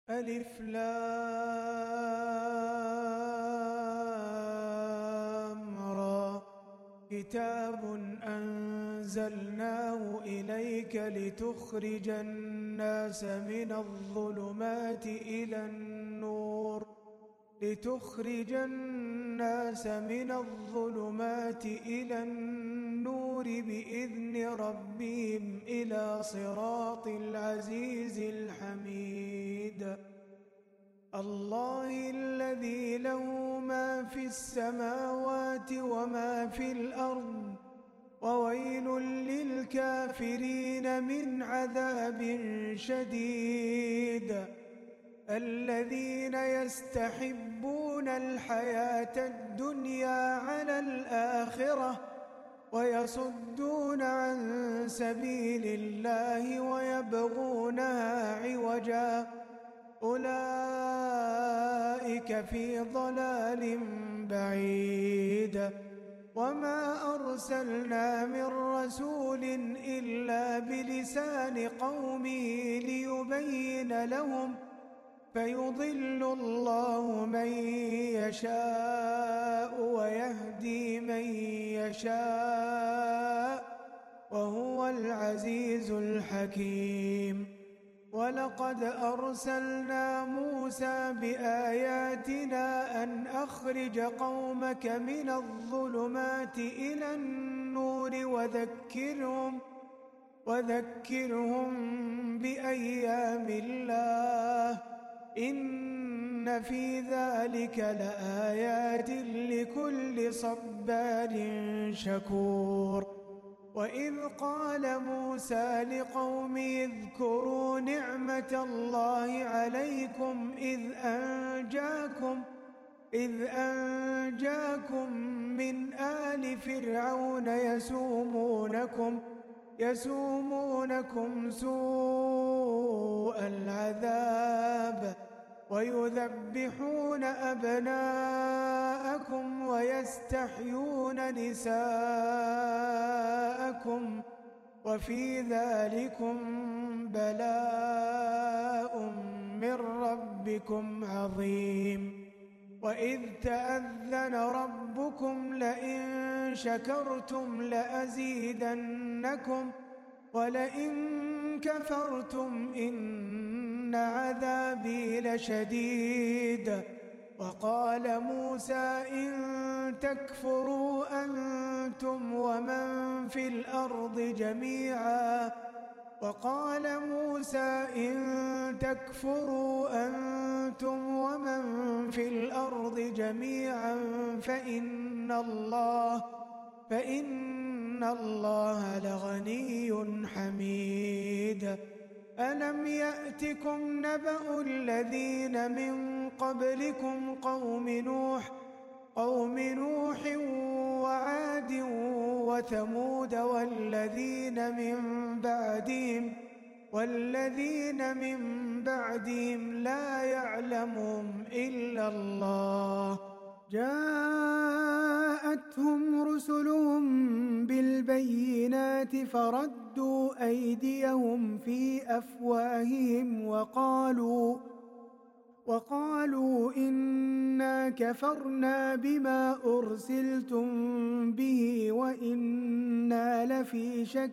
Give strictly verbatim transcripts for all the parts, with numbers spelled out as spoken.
ألف لام را كتاب أنزلناه إليك لتخرج الناس من الظلمات إلى النور لتخرج الناس من الظلمات إلى النور بإذن ربهم إلى صراط العزيز الحميد الله الذي له ما في السماوات وما في الأرض وويل للكافرين من عذاب شديد الذين يستحبون الحياة الدنيا على الآخرة ويصدون عن سبيل الله ويبغونها عوجا أولئك في ضلال بعيد وما أرسلنا من رسول إلا بلسان قومه ليبين لهم فيضل الله من يشاء ويهدي من يشاء وهو العزيز الحكيم ولقد أرسلنا موسى بآياتنا أن أخرج قومك من الظلمات إلى النور وذكرهم وذكرهم بأيام الله إن في ذلك لآيات لكل صبار شكور وإذ قال موسى لقومه اذكروا نعمة الله عليكم إذ أنجاكم إذ أنجاكم من آل فرعون يسومونكم يسومونكم سوء العذاب ويذبحون أبناءكم ويستحيون نساءكم وفي ذلكم بلاء من ربكم عظيم وإذ تأذن ربكم لئن شكرتم لأزيدنكم ولئن كفرتم إن عذابي لشديد وقال موسى إن تكفروا أنتم ومن في الأرض جميعا وقال موسى إن تكفروا أنتم ومن في الأرض جميعا فإن الله فإن الله لغني حميد ألم يأتكم نبأ الذين من قبلكم قوم نوح قوم نوح وعاد وثمود والذين من بعدهم والذين من بعدهم لا يعلمهم إلا الله جاءتهم رسلهم بالبينات فردوا أيديهم في أفواههم وقالوا وقالوا إنا كفرنا بما أرسلتم به وإنا لفي شك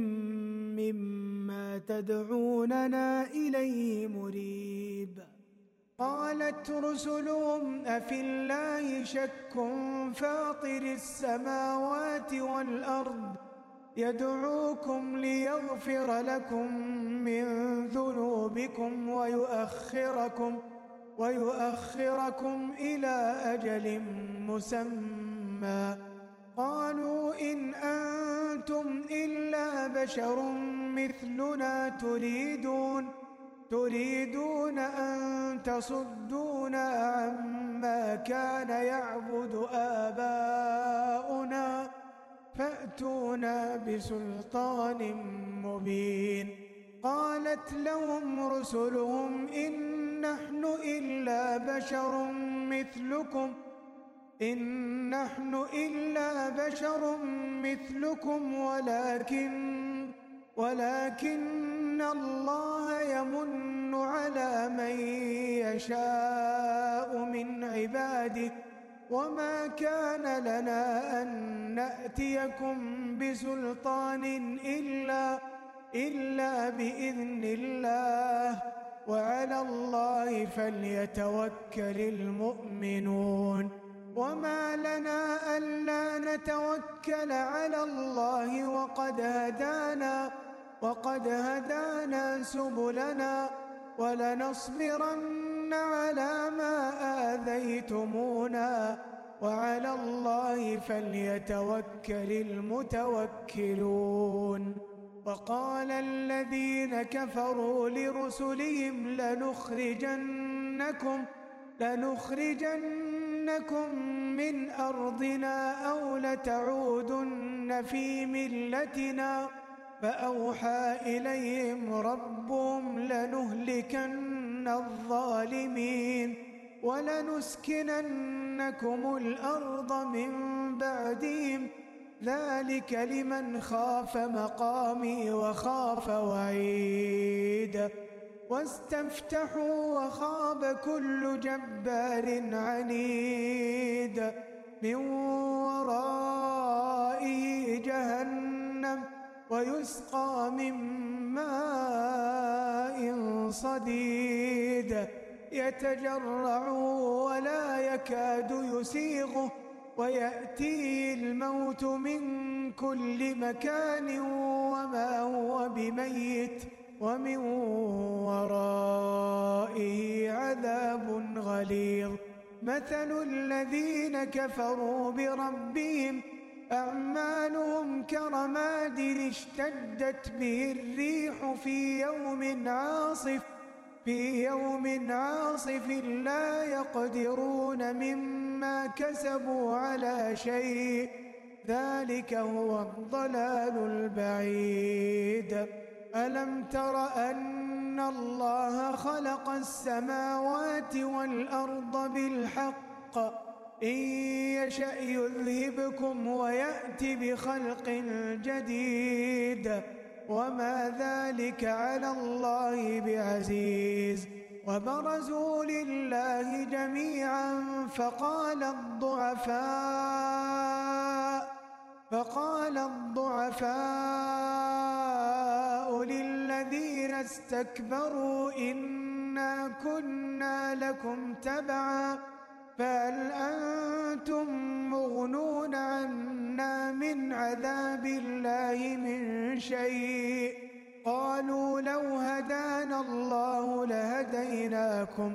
مما تدعوننا إليه مريب قالت رسلهم أفي الله شك فاطر السماوات والأرض يدعوكم ليغفر لكم من ذنوبكم ويؤخركم ويؤخركم إلى أجل مسمى قالوا إن أنتم إلا بشر مثلنا تريدون تريدون أن تصدونا عما كان يعبد آباؤنا فأتونا بسلطان مبين قالت لهم رسلهم إن نحن إلا بشر مثلكم إن نحن إلا بشر مثلكم ولكن ولكن الله يمن على من يشاء من عباده وما كان لنا أن نأتيكم بسلطان إلا, إلا بإذن الله وعلى الله فليتوكل المؤمنون وما لنا ألا نتوكل على الله وقد هدانا وقد هدانا سبلنا ولنصبرن على ما آذيتمونا وعلى الله فليتوكل المتوكلون وقال الذين كفروا لرسلهم لنخرجنكم لنخرجنكم من أرضنا أو لتعودن في ملتنا فأوحى إليهم ربهم لنهلكن الظالمين ولنسكننكم الأرض من بعدهم ذلك لمن خاف مقامي وخاف وعيد واستفتحوا وخاب كل جبار عنيد من ورائه جهنم ويسقى من ماء صديد يتجرع ولا يكاد يسيغه ويأتيه الموت من كل مكان وما هو بميت ومن ورائه عذاب غليظ مثل الذين كفروا بربهم أعمالهم كرماد اشتدت به الريح في يوم عاصف في يوم عاصف لا يقدرون مما كسبوا على شيء ذلك هو الضلال البعيد ألم تر أن الله خلق السماوات والأرض بالحق إن يشأ يذهبكم ويأتي بخلق جديد وما ذلك على الله بعزيز وبرزوا لله جميعا فقال الضعفاء فقال الضعفاء للذين استكبروا إنا كنا لكم تبعا فهل أنتم مغنون عنا من عذاب الله من شيء قالوا لو هدانا الله لهديناكم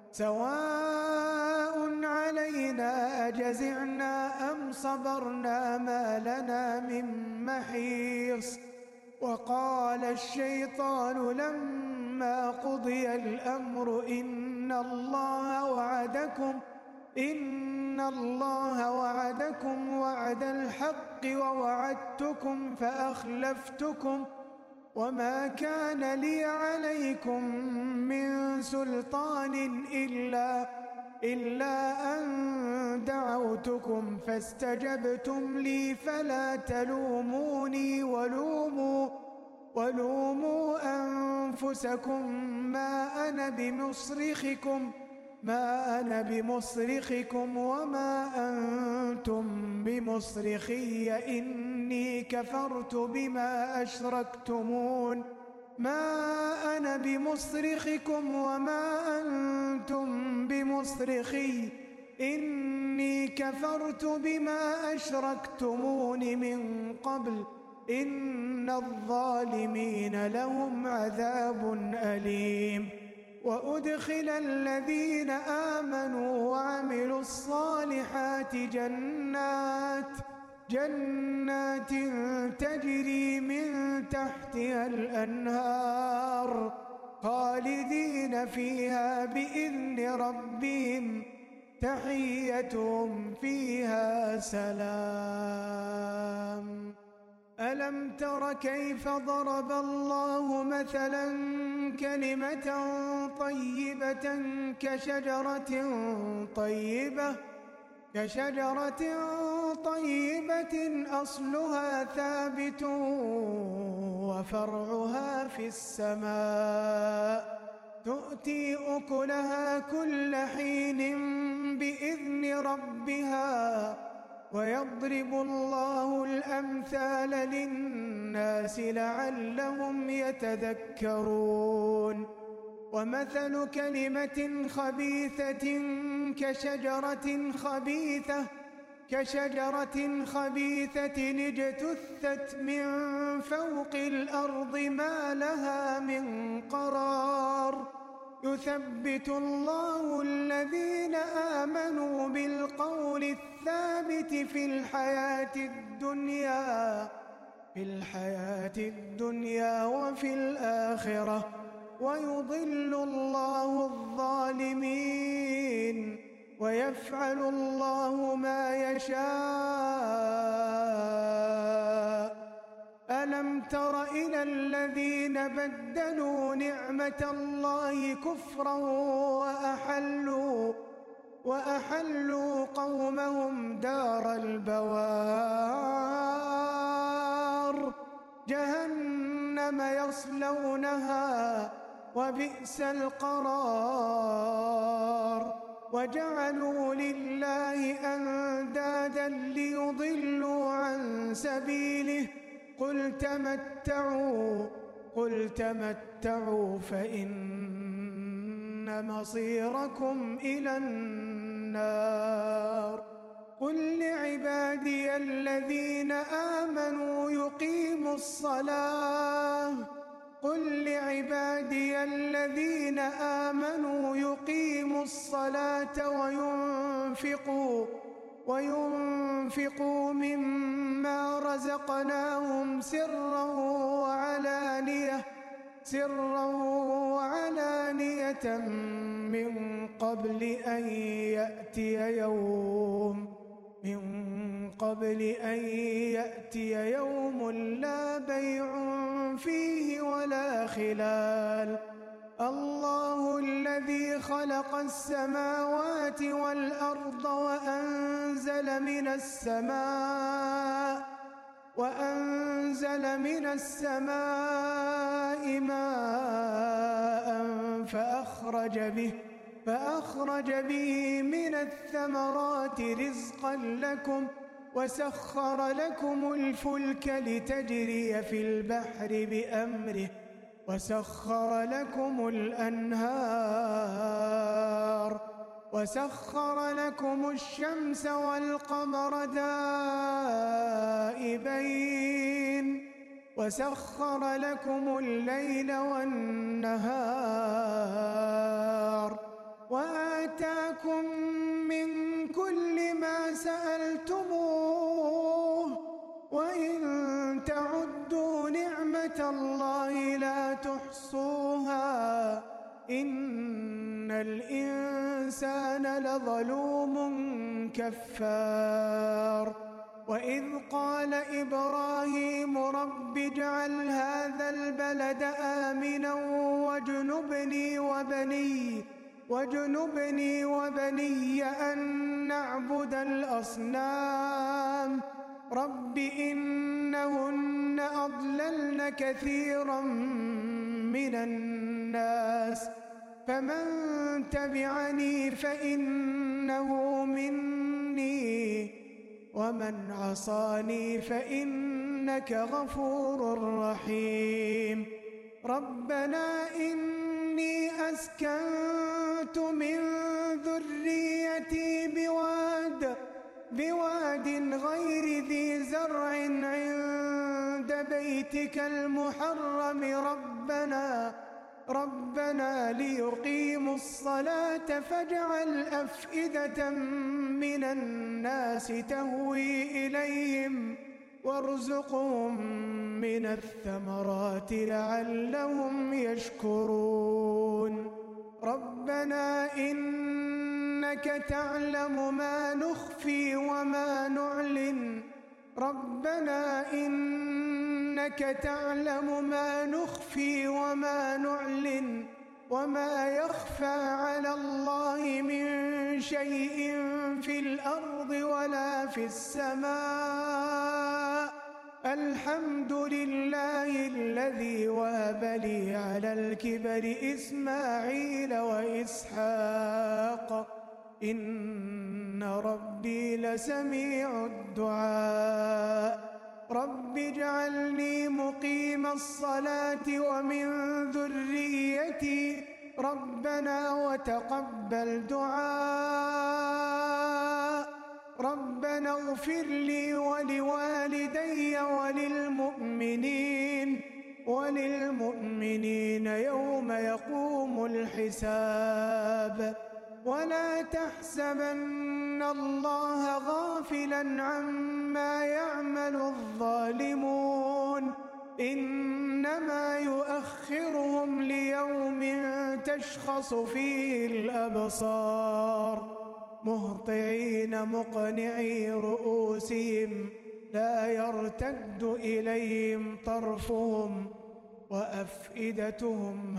سواء علينا أجزعنا أم صبرنا ما لنا من محيص وقال الشيطان لما قضي الأمر إن الله وعدكم إن الله وعدكم وعد الحق ووعدتكم فأخلفتكم وما كان لي عليكم من سلطان إلا, إلا أن دعوتكم فاستجبتم لي فلا تلوموني ولوموا, ولوموا أنفسكم ما أنا بمصرخكم ما أنا بمصرخكم وما أنتم بمصرخي إني كفرت بما أشركتمون ما أنا بمصرخكم وما أنتم بمصرخي إني كفرت بما أشركتمون من قبل إن الظالمين لهم عذاب أليم وأدخل الذين آمنوا وعملوا الصالحات جنات جنات تجري من تحتها الأنهار خالدين فيها بإذن ربهم تحيتهم فيها سلام ألم تر كيف ضرب الله مثلا كلمة طيبة كشجرة طيبة كشجرة طيبة أصلها ثابت وفرعها في السماء تؤتي أكلها كل حين بإذن ربها ويضرب الله الأمثال للناس لعلهم يتذكرون ومثل كلمة خبيثة كشجرة خبيثة كشجرة خبيثة اجتثت من فوق الأرض ما لها من قرار يثبت الله الذين آمنوا بالقول الثابت في الحياة الدنيا في الحياة الدنيا وفي الآخرة ويضل الله الظالمين ويفعل الله ما يشاء ألم تر إلى الذين بدلوا نعمة الله كفرا وأحلوا وأحلوا قومهم دار البوار جهنم يصلونها وبئس القرار وجعلوا لله أندادا ليضلوا عن سبيله قل تمتعوا قل تمتعوا فإن مصيركم إلى النار قل لعبادي الذين آمنوا يقيموا الصلاة قل لعبادي الذين آمنوا يقيموا الصلاة وينفقوا وينفقوا مما رزقناهم سرا وعلانية سرا وعلانية من قبل أن يأتي يوم من قبل أن يأتي يوم لا بيع فيه ولا خلال الله الذي خلق السماوات والأرض وأنزل من السماء وأنزل من السماء ماء فأخرج به فأخرج به من الثمرات رزقا لكم وسخر لكم الفلك لتجري في البحر بأمره وسخر لكم الأنهار وسخر لكم الشمس والقمر دائبين وسخر لكم الليل والنهار وآتاكم من كل ما سألتموه وإن تعدوا نعمة الله لا تحصوها إن الإنسان لظلوم كفار وإذ قال إبراهيم رب اجعل هذا البلد آمنا واجنبني وبني واجنبني وبني أن نعبد الأصنام رب إنهن أضللن كثيرا من الناس فمن تبعني فإنه مني ومن عصاني فإنك غفور رحيم ربنا إني أسكنت من ذريتي بواد بواد غير ذي زرع عند بيتك المحرم ربنا ربنا ليقيموا الصلاة فاجعل أفئدة من الناس تهوي إليهم وارزقهم من الثمرات لعلهم يشكرون ربنا إنك تعلم ما نخفي وما نعلن ربنا إنك تعلم ما نخفي وما نعلن وما يخفى على الله من شيء في الأرض ولا في السماء الحمد لله الذي وهب لي على الكبر إسماعيل وإسحاق إن ربي لسميع الدعاء رب اجعلني مقيم الصلاة ومن ذريتي ربنا وتقبل دعاء ربنا اغفر لي ولوالدي وللمؤمنين وللمؤمنين يوم يقوم الحساب ولا تحسبن الله غافلا عما يعمل الظالمون إنما يؤخرهم ليوم تشخص فيه الأبصار مهطعين مقنعي رؤوسهم لا يرتد إليهم طرفهم وأفئدتهم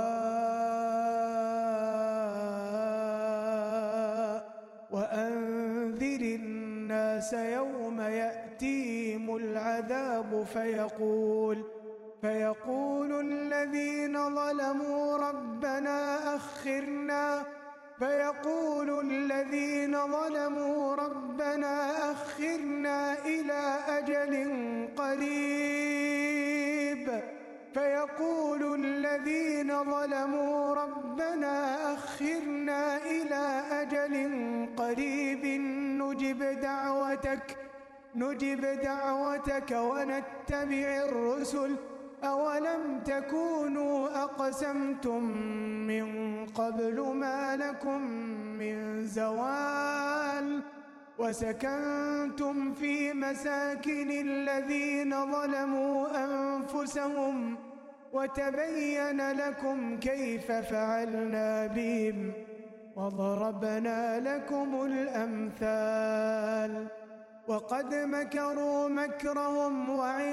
هواء وأنذر الناس يوم يأتيهم العذاب فيقول فيقول الذين ظلموا ربنا أخرنا فيقول الذين ظلموا ربنا أخرنا إلى أجل قريب فيقول الذين ظلموا ربنا أخرنا إلى أجل قريب نجب دعوتك نجب دعوتك ونتبع الرسل أولم تكونوا أقسمتم من قبل ما لكم من زوال وسكنتم في مساكن الذين ظلموا أنفسهم وتبين لكم كيف فعلنا بهم وضربنا لكم الأمثال وقد مكروا مكرهم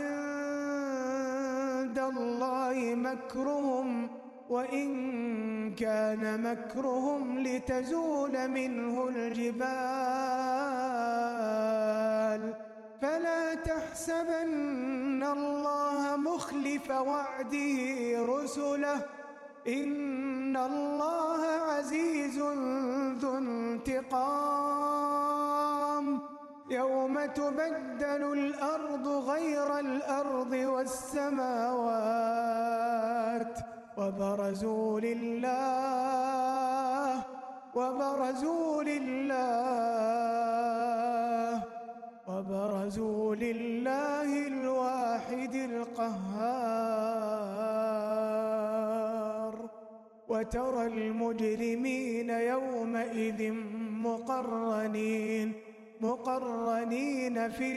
وعند الله مكرهم وإن كان مكرهم لتزول منه الجبال فلا تحسبن الله مخلف وعده رسله إن الله عزيز ذو انتقام يوم تبدل الأرض غير الأرض والسماوات وبرزوا لله وبرزوا لله وبرزوا لله الواحد القهار وترى المجرمين يومئذ مقرنين مقرنين في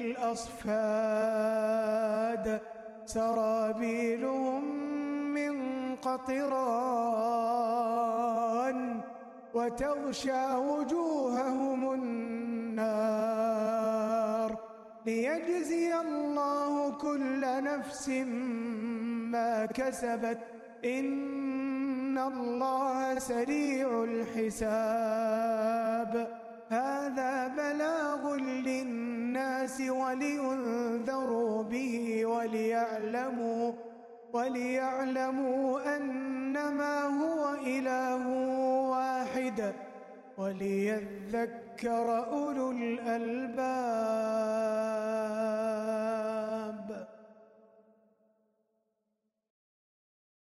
الأصفاد سرابيلهم من قطران وتغشى وجوههم النار ليجزي الله كل نفس ما كسبت إن الله سريع الحساب هذا بلاغ للناس ولينذروا به وليعلموا وليعلموا أنما هو إله واحد وليذكر أولو الألباب.